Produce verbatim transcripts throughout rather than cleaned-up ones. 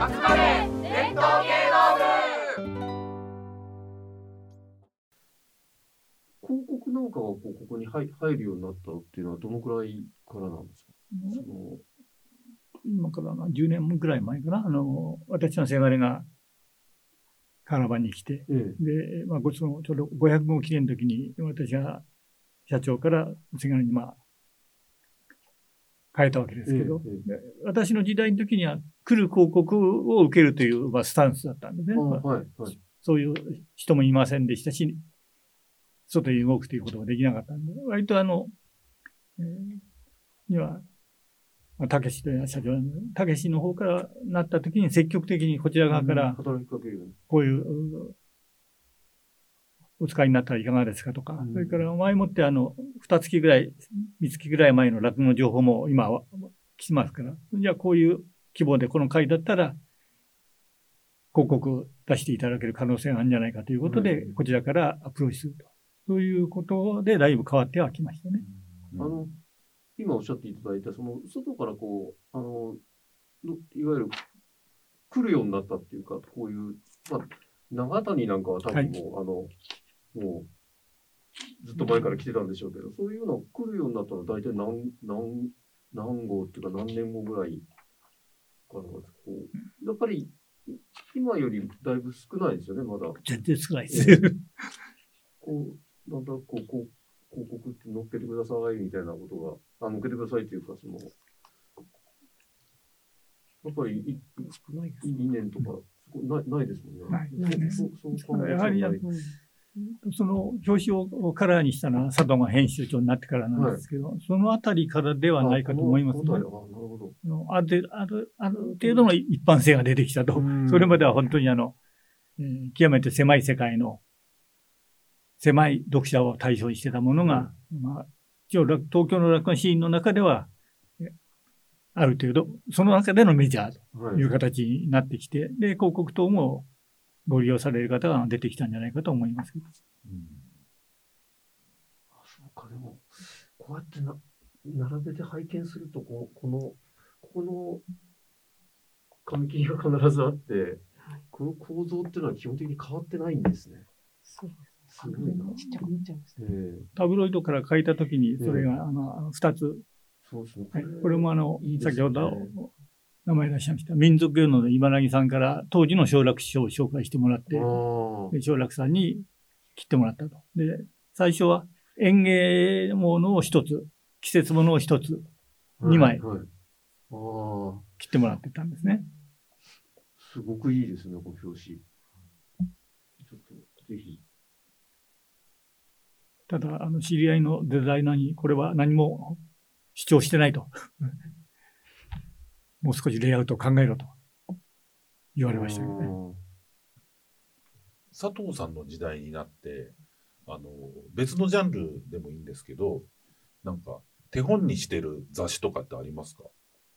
集まれ伝統芸能部。 広告なんかがこうここに入入るようになったっていうのはどのくらいからなんですか？うん、その今からじゅうねんぐらい前かな、あの私のせがれがカナバに来て、ええ、で、まあ、そのちょうどごひゃくごう記念の時に私が社長からせがれにまあ変えたわけですけど、ええ、私の時代の時には来る広告を受けるという、まあ、スタンスだったんですね。はいはい、そういう人もいませんでしたし、外に動くということができなかったんで、割とあの、えー、には、たけしという社長、たけしの方からなった時に積極的にこちら側から、こういう、お使いになったらいかがですかとか、うん、それから前もってあの、二月ぐらい、三月ぐらい前の落語の情報も今は来てますから、じゃあこういう規模でこの回だったら、広告出していただける可能性があるんじゃないかということで、うん、こちらからアプローチすると。そういうことでだいぶ変わってはきましたね。 うん、あの、今おっしゃっていただいた、その、外からこう、あの、いわゆる来るようになったっていうか、こういう、まあ、長谷なんかは多分もう、はい、あの、もう、ずっと前から来てたんでしょうけど、そういうの来るようになったのは大体何、何、何号っていうか何年後ぐらいかな。こうやっぱり、今よりだいぶ少ないですよね、まだ。 全然少ないです。 こう、だんだんこう、こう、広告って載っけてくださいみたいなことが、あ、載っけてくださいというか、その、やっぱりい、少ないにねんとか、ない、ないですもんね。 ない、ないです。そう、そうやはり、その表紙をカラーにしたのは佐藤が編集長になってからなんですけど、はい、そのあたりからではないかと思いますね。あ、なるほど。ある、ある、ある程度の一般性が出てきたと。それまでは本当にあの、えー、極めて狭い世界の、狭い読者を対象にしてたものが、うん、まあ、一応東京の落語シーンの中では、ある程度、その中でのメジャーという形になってきて、はい、で、広告等もご利用される方が出てきたんじゃないかと思いますけど。うん、 あ、そうか、でも、こうやってな並べて拝見すると、この、この、ここの紙切りが必ずあって、この構造っていうのは基本的に変わってないんですね。 そうです。 すごいな。 ちっちゃくなっちゃいました。 タブロイドから書いたときに、それが、あの、二つ。そうですね。はい、これもあの、いい先ほど、名前出しました。民族芸能の今成さんから当時の正楽師匠を紹介してもらって、正楽さんに切ってもらったと。で、最初は園芸物を一つ、季節物を一つ、二枚、はいはい、切ってもらってたんですね。 すごくいいですね、この表紙。ちょっと、ぜひ。 ただ、あの、知り合いのデザイナーに、これは何も主張してないと。もう少しレイアウトを考えろと言われましたけどね。 佐藤さんの時代になって、あの、別のジャンルでもいいんですけど、なんか、手本にしてる雑誌とかってありますか？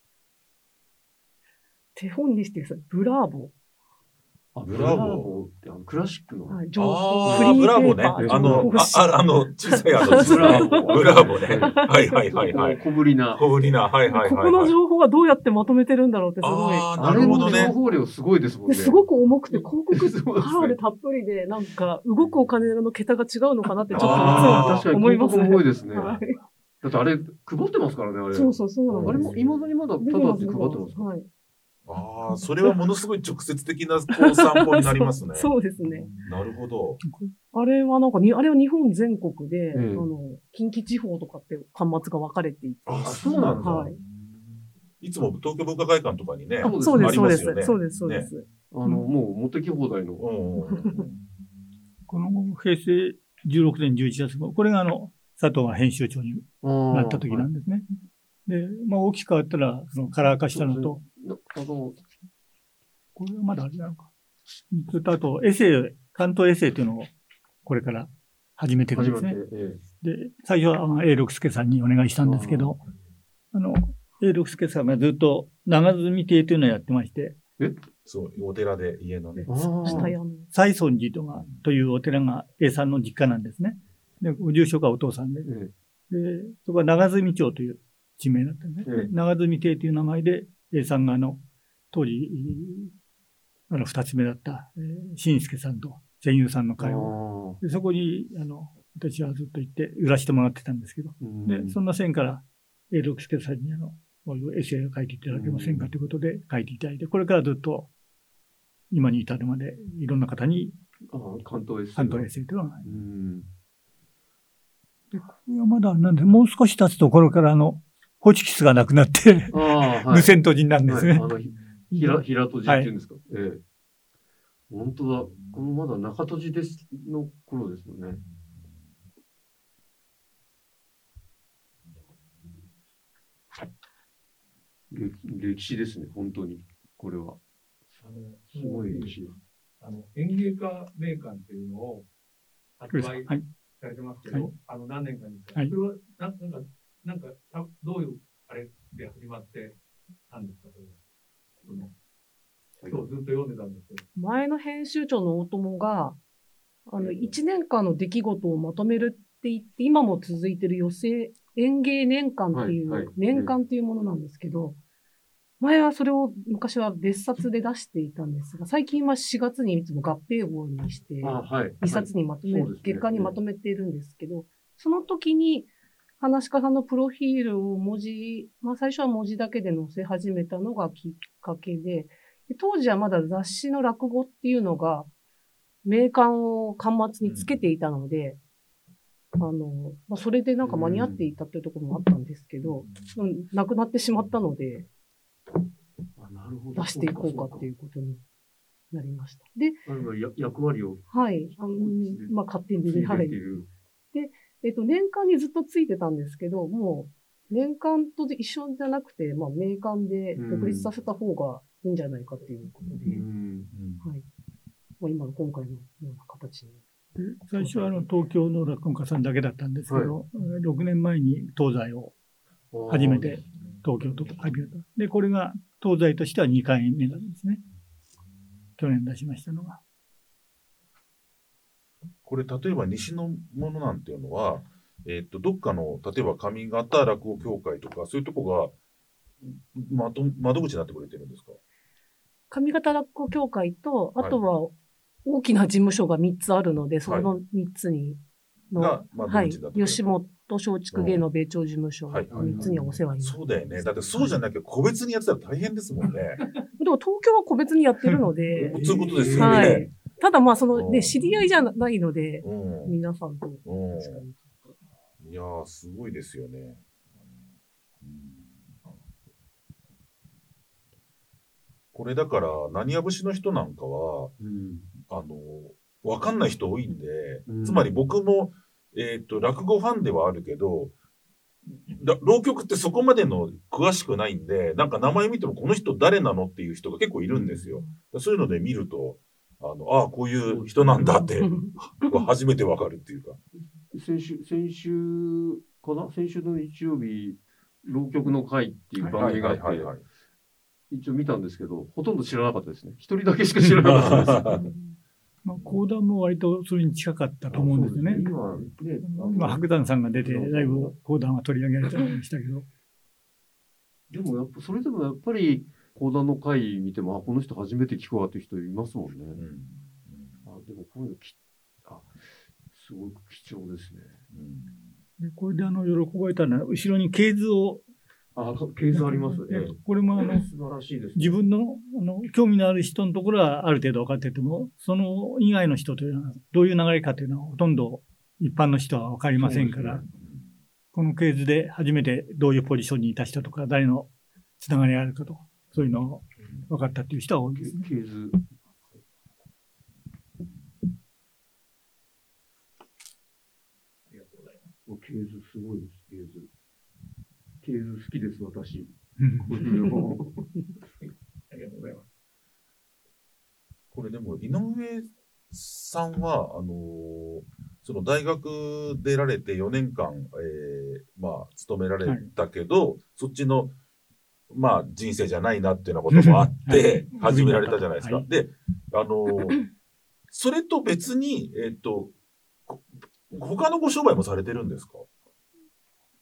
手本にしてる、ブラーボ。 あ、ブラボーってあのクラシックの。 はい、 ああ、ブラボーね。あの、あ、あの、小さいあの、ブラボー。ブラボーね。はいはいはいはい。 小ぶりな。 小ぶりな。はいはいはい。 ここの情報はどうやってまとめてるんだろうってすごい。 ああ、なるほどね。 情報量すごいですもんね。 すごく重くて、広告カラーでたっぷりで、なんか、動くお金の桁が違うのかなってちょっと思いますね。 重いですね。だってあれ、配ってますからね、あれ。 そうそうそう。 あれも、未だにまだ、ただって配ってますはい。 ああ、それはものすごい直接的なこう参考になりますね。 そうですね。 なるほど。 あれはなんかに、あれは日本全国で、うん、あの、近畿地方とかって端末が分かれていて。 あ、そうなんだ。はい。いつも東京文化会館とかにね、 そうです、そうです、そうです、そうです。 あの、もう持ってき放題の。 この平成じゅうろくねんじゅういちがつ号、これがあの、佐藤が編集長になった時なんですね。で、まあ大きく変わったら、そのカラー化したのと、あの、これはまだあれなのか。それとあと、エッセイ、関東エッセイというのをこれから始めてるんですね。ええ、で、最初は A 六輔さんにお願いしたんですけど、あの、A 六輔さんがずっと長住亭というのをやってまして、 えそう、お寺で家のね。 西尊寺とがというお寺が A さんの実家なんですね。で、ご住所がお父さんで、ええ、で、そこは長住町という地名だったんですね。ええ、長住亭という名前で、A さんがあの、 当時、あの、二つ目だった、えー、新助さんと善友さんの会を、でそこに、あの、私はずっと行って売らせてもらってたんですけど、で、そんな線から、永六輔さんにあの、こういうエッセイを書いていただけませんかということで書いていただいて、これからずっと、今に至るまで、いろんな方に、 関東エッセイ。 関東エッセイというのは、で、これはまだ、なんで、もう少し経つところからあの、ホチキスがなくなって、はい、無線閉じになるんですね。はい、あの、 平、平閉じっていうんですか。はい、ええ。本当だ。このまだ中閉じですの頃ですよね。歴, 歴史ですね、本当に。これは。 あのすごい歴史。あの園芸家名鑑っていうのを発売されてますけど、はい、あの何年かに一回、はい、それはななんか、なんか、どういうあれで始まってたんですか、それは。その今日ずっと読んでたんですけど。 前の編集長の大友が、あの、いちねんかんの出来事をまとめるって言って、今も続いてる寄せ園芸年間っていう、はいはい、年間っていうものなんですけど、前はそれを昔は別冊で出していたんですが、最近はしがつにいつも合併号にして、いっさつにまとめ、はい、月間にまとめているんですけど、その時に、話し家さんのプロフィールを文字、まあ最初は文字だけで載せ始めたのがきっかけで、当時はまだ雑誌の落語っていうのが、名鑑を巻末につけていたので、あの、まあ、それでなんか間に合っていたっていうところもあったんですけど、うん、なくなってしまったので、出していこうかっていうことになりました。で、 役割を。 はい。あの、まあ、勝手に、はい。で、えっと、年間にずっとついてたんですけど、もう、年間と一緒じゃなくて、まあ、名鑑で独立させた方がいいんじゃないかっていうことで、はい。まあ、今の今回のような形に。 最初はあの東京の落語家さんだけだったんですけど、はい、ろくねんまえに東西を初めて東京と始めた。で、これが東西としてはにかいめなんですね。去年出しましたのが。 これ、例えば西のものなんていうのは、えっと、どっかの、例えば上方落語協会とか、そういうとこが、まと、窓口になってくれてるんですか？ 上方落語協会と、あとは大きな事務所がみっつあるので、はい、そのみっつにの、はい、吉本松竹芸能米朝事務所のみっつにはお世話になって、 そうだよね。だってそうじゃなきゃ個別にやってたら大変ですもんね。 でも東京は個別にやってるので。 そういうことですよね。はい。 ただまあそのね、知り合いじゃないので、皆さんと。 いやー、すごいですよね。これだから、何や節の人なんかは、うん、あの、わかんない人多いんで、うん、つまり僕も、えっと、落語ファンではあるけど、浪曲ってそこまでの詳しくないんで、なんか名前見てもこの人誰なのっていう人が結構いるんですよ。うん、そういうので見ると、あの、ああ、こういう人なんだって、初めてわかるっていうか。 先週、先週かな先週の日曜日、浪曲の会っていう番組があって、一応見たんですけど、ほとんど知らなかったですね。一人だけしか知らなかったです。 まあ、講談も割とそれに近かったと思うんですよね。今、ね、まあ、白山さんが出て、だいぶ講談は取り上げられてましたけど。 でもやっぱ、それでもやっぱり、講談の会見ても、あ、この人初めて聞くわっていう人いますもんね。うん、あ、でもこういうのき、あ、すごく貴重ですね。 うん、でこれであの、喜ばれたのは、後ろに系図を、 あ、系図ありますね。 これもあの、素晴らしいです、ね。自分の、あの、興味のある人のところはある程度分かってても、その以外の人というのは、どういう流れかというのは、ほとんど一般の人は分かりませんから、ね、この系図で初めてどういうポジションにいた人とか、誰のつながりがあるかとか、そういうのを分かったっていう人は多いですね。 系図。ありがとうございます。系図すごいです、系図。系図好きです、私。こういうのを。ありがとうございます。 これでも、井上さんは、あのー、その大学出られてよねんかん、えー、まあ、勤められたけど、はい、そっちの、まあ、人生じゃないなっていうようなこともあって、始められたじゃないですか。はい、で、あのー、それと別に、えっと、他のご商売もされてるんですか？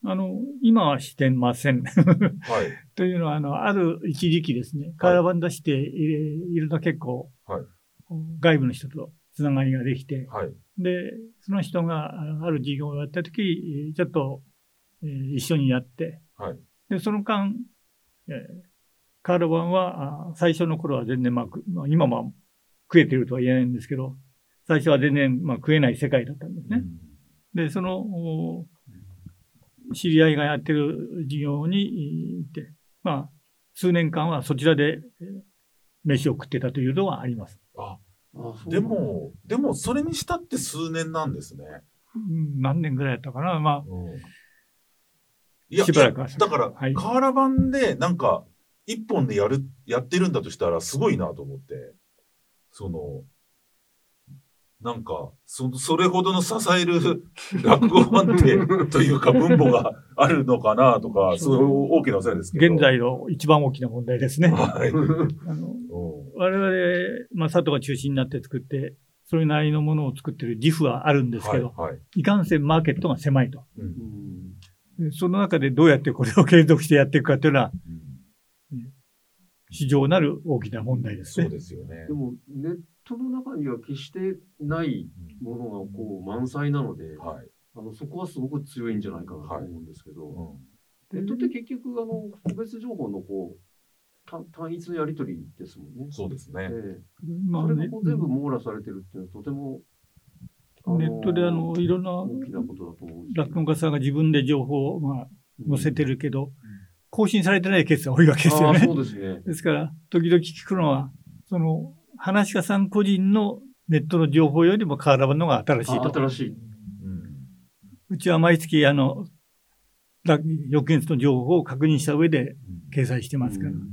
あの、今はしてません。はい。というのは、あの、ある一時期ですね、カーラバン出していると結構、はい、外部の人とつながりができて、はい、で、その人がある事業をやったとき、ちょっと、えー、一緒にやって、はい、で、その間、えー、カーラバンは、最初の頃は全然、まあ、まあ、今も食えてるとは言えないんですけど、最初は全然、まあ、食えない世界だったんですね。うん、で、その、知り合いがやってる事業に行って、まあ、数年間はそちらで飯を食ってたというのはあります。 あ、あでも、でもそれにしたって数年なんですね。 うん、何年ぐらいやったかな、まあ。うん、 いや、しばらくはだから、はい、カーラバンでなんか、一本でやる、やってるんだとしたらすごいなと思って、その、なんか、そ、それほどの支える落語ファンってというか分母があるのかなとか、そういう大きなお世話ですけど。 現在の一番大きな問題ですね。はい。あの我々、まあ、佐藤が中心になって作って、それなりのものを作ってる自負はあるんですけど、はいはい、いかんせんマーケットが狭いと。うん、その中でどうやってこれを継続してやっていくかというのは、うん、市場なる大きな問題ですね。 そうですよね。 でもネットの中には決してないものがこう満載なので、はい、あのそこはすごく強いんじゃないかなと思うんですけど、はいうん、ネットって結局あの個別情報のこう単一のやり取りですもんね。 そうですね。えー、それがこう全部網羅されてるっていうのはとてもネットであのいろんな落語家さんが自分で情報をまあ載せてるけど、うん、更新されてないケースが多いわけですよね。 そうですね。 ですから時々聞くのはその話し家さん個人のネットの情報よりもカーラバンの方が新しいと。 新しい。うん、 うちは毎月あの翌月の情報を確認した上で掲載してますから。うん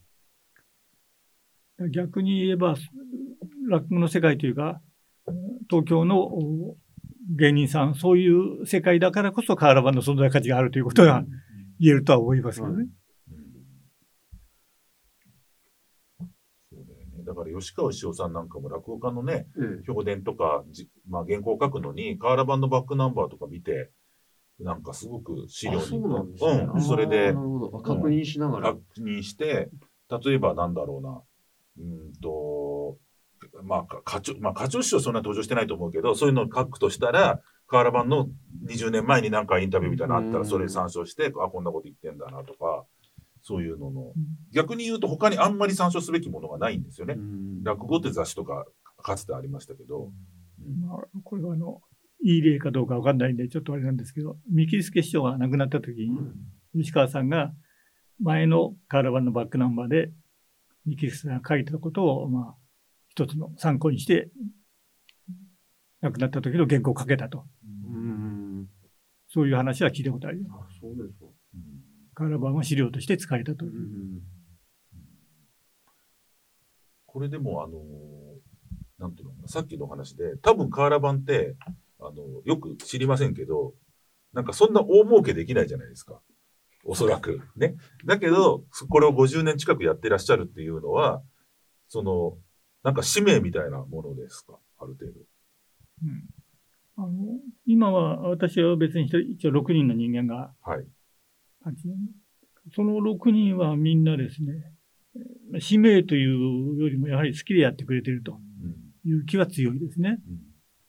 逆に言えば、落語の世界というか、東京の芸人さん、そういう世界だからこそカーラバンの存在価値があるということが言えるとは思いますけどね。 そうだよね。だから吉川志雄さんなんかも落語家のね、うん、評伝とか、まあ、原稿を書くのに、カーラバンのバックナンバーとか見て、なんかすごく資料に。 そうなんですね。 うん。それで、 確認しながら。 確認して、例えばなんだろうな。うんと、まあ、課長、まあ、課長師匠そんな登場してないと思うけど、そういうのを書くとしたら、カーラバンのにじゅうねんまえになんかインタビューみたいなのあったら、それ参照して、あ、こんなこと言ってんだなとか、そういうのの、逆に言うと他にあんまり参照すべきものがないんですよね。落語って雑誌とか、かつてありましたけど。 うんまあ、これはあの、いい例かどうかわかんないんで、ちょっとあれなんですけど、三木助師匠が亡くなった時に、吉川さんが前のカーラバンのバックナンバーで、三木さんが書いたことを、まあ、一つの参考にして、亡くなった時の原稿を書けたと。うんそういう話は聞いたことあります。 あ、そうですか。 カーラバンは資料として使えたと。 うんこれでも、あの、なんていうの、さっきの話で、多分カーラバンって、あの、よく知りませんけど、なんかそんな大儲けできないじゃないですか。おそらく。ね。だけど、これをごじゅうねん近くやってらっしゃるっていうのは、その、なんか使命みたいなものですか、ある程度。 うん、あの今は、私は別に一応ろくにんの人間が、はい。そのろくにんはみんなですね、使命というよりもやはり好きでやってくれているという気は強いですね。うん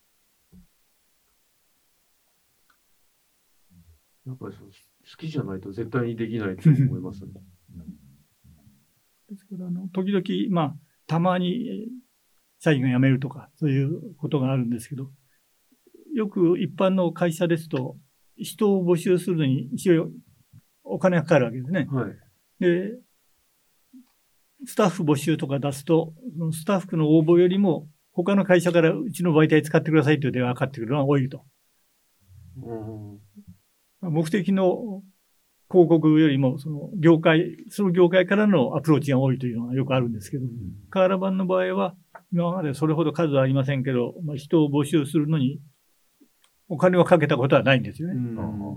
やっぱり好きじゃないと絶対にできないと思いますね。 ですからあの時々、まあ、たまに社員が辞めるとか、そういうことがあるんですけど、よく一般の会社ですと、人を募集するのに一応お金がかかるわけですね。はい、で、スタッフ募集とか出すと、スタッフの応募よりも、他の会社からうちの媒体使ってくださいという電話がかかってくるのが多いと。うん目的の広告よりも、その業界、その業界からのアプローチが多いというのがよくあるんですけど、うん、カーラバンの場合は、今までそれほど数はありませんけど、まあ、人を募集するのにお金をかけたことはないんですよね。うん、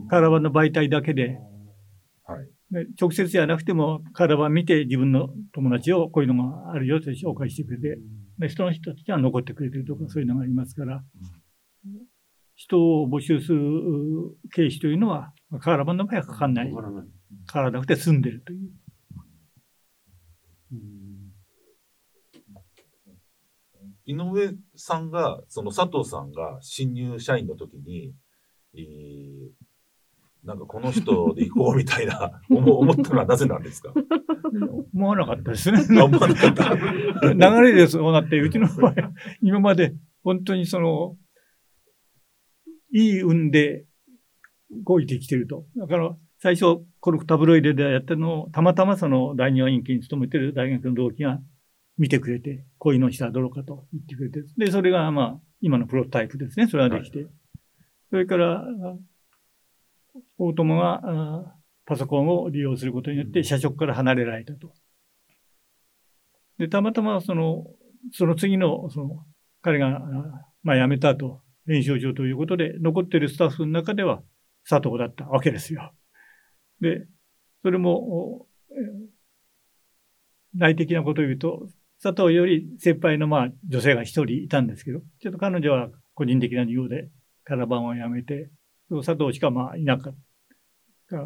カーラバンの媒体だけで、はい、で直接じゃなくても、カーラバン見て自分の友達をこういうのがあるよと紹介してくれて、で人の人たちは残ってくれてるとか、そういうのがありますから、人を募集する経費というのは、 瓦版の場合はかかんない。かからなくて済んでるという。 うん井上さんが、その佐藤さんが新入社員の時に、えー、なんかこの人で行こうみたいな思、思ったのはなぜなんですか？ 思わなかったですね。 思わなかった。 流れでそうなって、うちの場合、今まで本当にその、いい運で動いてきてると。だから最初、コルクタブロイドでやったのを、たまたまその第二話院に勤めてる大学の同期が見てくれて、こういうのしたらどうかと言ってくれて、で、それがまあ、今のプロトタイプですね。それができて。はい、それから、大友がパソコンを利用することによって社食から離れられたと。で、たまたまその、その次の、その、彼が、まあ辞めた後、練習場ということで、残っているスタッフの中では佐藤だったわけですよ。で、それも、内的なことを言うと、佐藤より先輩のまあ女性が一人いたんですけど、ちょっと彼女は個人的な理由でカラバンを辞めて、佐藤しかまあいなかった。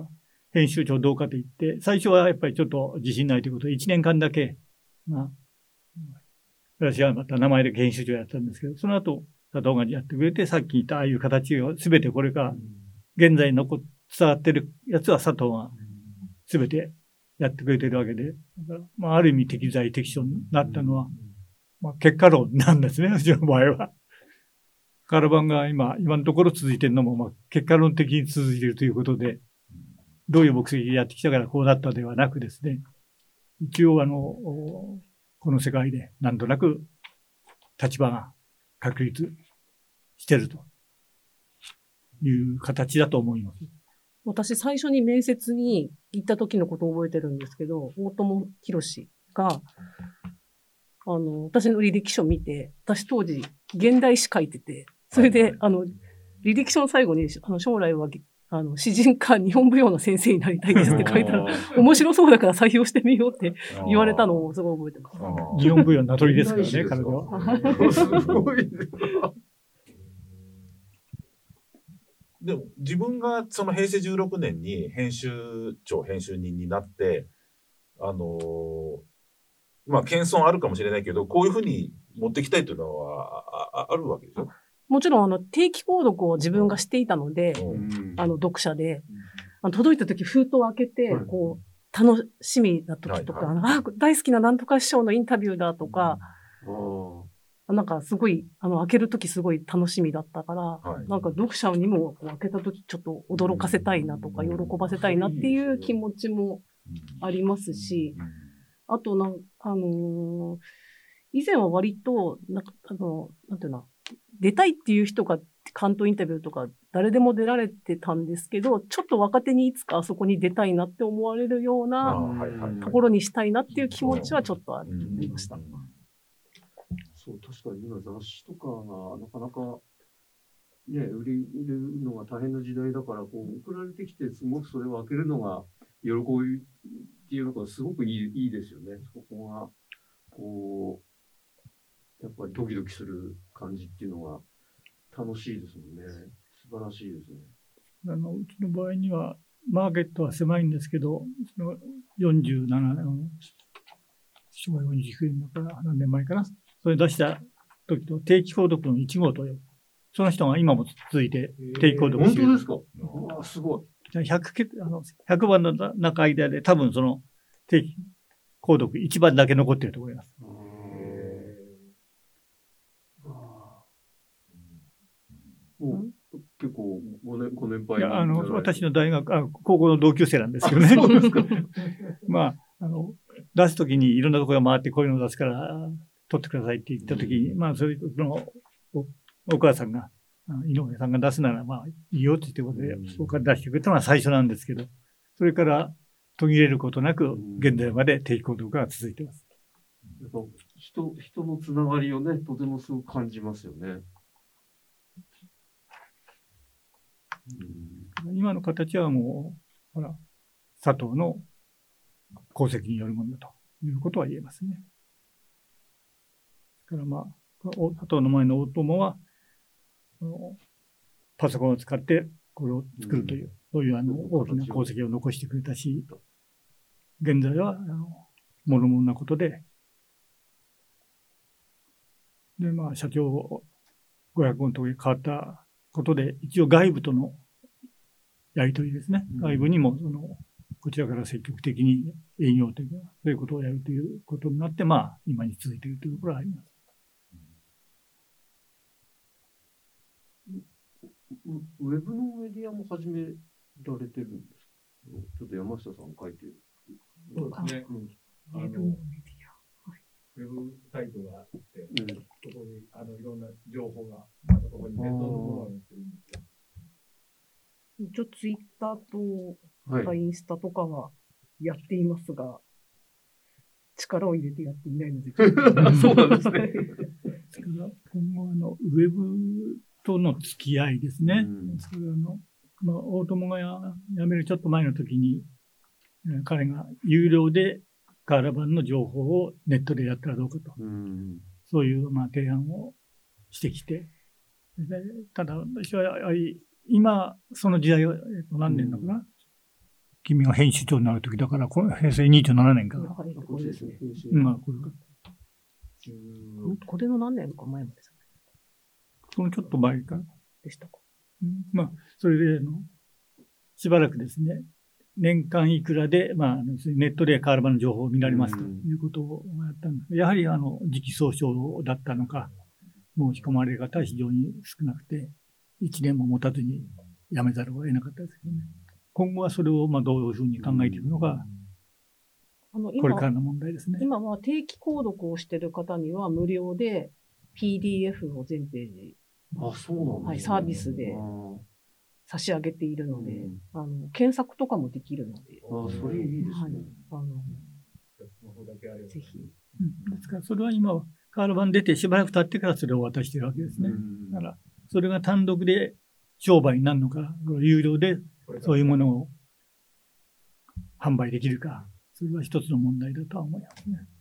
編集長どうかと言って、最初はやっぱりちょっと自信ないということで、一年間だけ、まあ、私はまた名前で編集長やったんですけど、その後、佐藤がやってくれて、さっき言ったああいう形をすべてこれが、現在残伝わってるやつは佐藤がすべてやってくれてるわけで、まあ、ある意味適材適所になったのは、まあ、結果論なんですね、うちの場合は。カラバンが今、今のところ続いてるのも、まあ、結果論的に続いているということで、どういう目的でやってきたからこうなったではなくですね、一応あの、この世界でなんとなく立場が確立してるという形だと思います。 私最初に面接に行った時のことを覚えてるんですけど、大友博史が、あの、私の履歴書を見て、私当時現代史書いてて、それで、あの、履歴書の最後に、あの、将来は、あの、詩人か日本舞踊の先生になりたいですって書いたら、面白そうだから採用してみようって言われたのをすごい覚えてます。 日本舞踊の名取ですからね、彼女は。すごい。 でも、自分がその平成じゅうろくねんに編集長、編集人になって、あのー、まあ、謙遜あるかもしれないけど、こういうふうに持ってきたいというのは あ, あるわけでしょ？ もちろん、あの、定期購読を自分がしていたので、うん、あの、読者で、あの届いた時封筒を開けて、うん、こう、楽しみな時とか、はいはい、あ、大好きななんとか師匠のインタビューだとか、うん、なんかすごい、あの、開ける時すごい楽しみだったから、はい、なんか読者にも開けた時ちょっと驚かせたいなとか、喜ばせたいなっていう気持ちもありますし、あとなん、あのー、以前は割と、なんか、あの、なんていうの、出たいっていう人が関東インタビューとか誰でも出られてたんですけど、ちょっと若手にいつかあそこに出たいなって思われるようなところにしたいなっていう気持ちはちょっとありました。 そう、確かに今雑誌とかがなかなかね、売り入れるのが大変な時代だから、こう送られてきてすごくそれを開けるのが喜びっていうのがすごくいい、いいですよね。そこが、こう、やっぱりドキドキする感じっていうのが楽しいですもんね。素晴らしいですね。 あの、うちの場合には、マーケットは狭いんですけど、そのよんじゅうななねん、昭和よんじゅうきゅうねんだから何年前かな。それ出した時と定期購読のいち号という、その人が今も続いて定期購読している。 本当ですか？ああ、すごい。 ひゃく、あの、ひゃくばんの中間で多分その定期購読いちばんだけ残っていると思います。 もう結構ごねん、ご年配。 いや、あの、私の大学、あ、高校の同級生なんですけどね。 そうですか。 まあ、あの、出すときにいろんなところが回ってこういうのを出すから、取ってくださいって言ったときに、うん、まあ、そういうのを、お母さんが、井上さんが出すなら、まあ、いいよって言ってことで、そこから出してくれたのが最初なんですけど、それから途切れることなく、現在まで定期購読が続いています。 やっぱ人、人のつながりをね、とてもすごく感じますよね。 うん、今の形はもう、ほら、佐藤の功績によるものだということは言えますね。だからまあ、佐藤の前の大友は、パソコンを使ってこれを作るという、 そういうあの大きな功績を残してくれたし、現在は、あの、もろもろなことで、で、まあ、社長ごひゃくごの時変わったことで、一応外部とのやりとりですね。うん、外部にも、その、こちらから積極的に営業的な、そういうことをやるということになって、まあ、今に続いているというところがあります。 ウェブのメディアも始められてるんですか？ちょっと山下さん書いてる。 そうですね。ウェブメディア。ウェブサイトがあって、うん、そこにあのいろんな情報が、またそこにネットのものが載ってるんですよ。 一応ツイッターと、はい、インスタとかはやっていますが、力を入れてやっていないので。 そうなんですね。 今後あの、ウェブとの付き合いですね。うん、それあのまあ、大友が辞めるちょっと前の時に、彼が有料でカーラバンの情報をネットでやったらどうかと。うん、そういうまあ提案をしてきて。でただ、私はやはり今、その時代は、えっと、何年だかな、うん、君が編集長になる時だから、この平成にじゅうななねんか。 これですね。 まあ、これか。 これの何年か前までじゃないそのちょっと前か。 でしたか。 うん、まあ、それで、あの、しばらくですね、年間いくらで、まあ、ネットでカーラバンの情報を見られますということをやったんです。やはり、あの、時期尚早だったのか、申し込まれる方は非常に少なくて、一年も持たずに辞めざるを得なかったですけどね。今後はそれを、まあ、どういうふうに考えていくのが、あのこれからの問題ですね。 今は定期購読をしている方には無料で ピーディーエフ を全ページ、 あ、そうなんですね。 はい、サービスで差し上げているので、あの検索とかもできるので。 あ、それいいですね。はい、あのぜひ。 うん、ですから、それは今はカーラバン出てしばらく経ってからそれを渡しているわけですね。だから、それが単独で商売になるのか、有料でそういうものを販売できるか、それは一つの問題だとは思いますね。